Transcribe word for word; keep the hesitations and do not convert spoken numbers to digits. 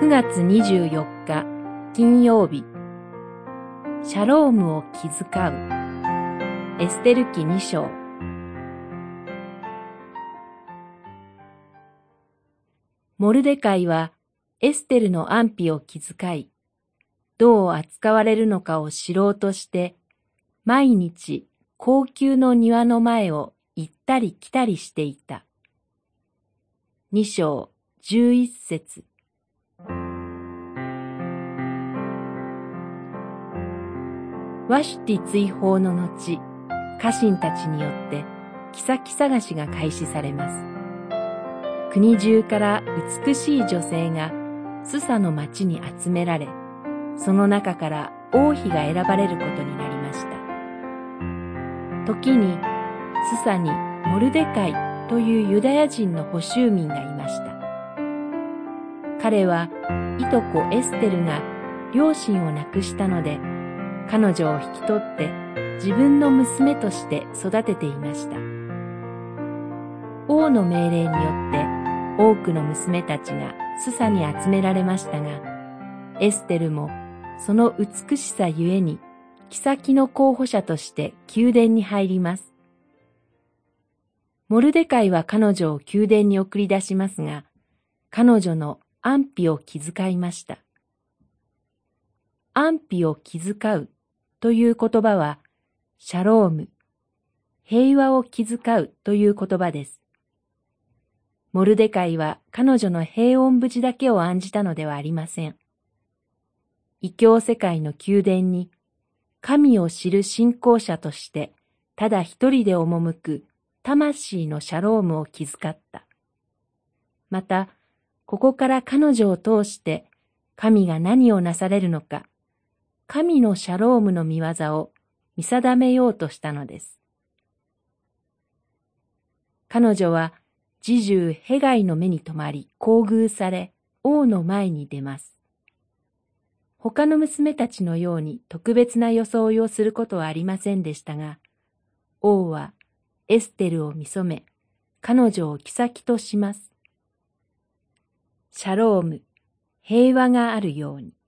くがつにじゅうよっか金曜日、シャロームを気遣う。エステル記に章。モルデカイはエステルの安否を気遣い、どう扱われるのかを知ろうとして、毎日高級の庭の前を行ったり来たりしていた。に章じゅういっ節。ワシュティ追放の後、家臣たちによって妃探しが開始されます。国中から美しい女性がスサの町に集められ、その中から王妃が選ばれることになりました。時にスサにモルデカイというユダヤ人の捕囚民がいました。彼はいとこエステルが両親を亡くしたので、彼女を引き取って自分の娘として育てていました。王の命令によって多くの娘たちがスサに集められましたが、エステルもその美しさゆえに妃の候補者として宮殿に入ります。モルデカイは彼女を宮殿に送り出しますが、彼女の安否を気遣いました。安否を気遣うという言葉は、シャローム、平和を気遣うという言葉です。モルデカイは彼女の平穏無事だけを案じたのではありません。異教世界の宮殿に、神を知る信仰者として、ただ一人で赴く魂のシャロームを気遣った。また、ここから彼女を通して、神が何をなされるのか、神のシャロームの御業を見定めようとしたのです。彼女は侍従ヘガイの目に留まり厚遇され王の前に出ます。他の娘たちのように特別な装いをすることはありませんでしたが、王はエステルを見初め、彼女を妃とします。シャローム、平和があるように。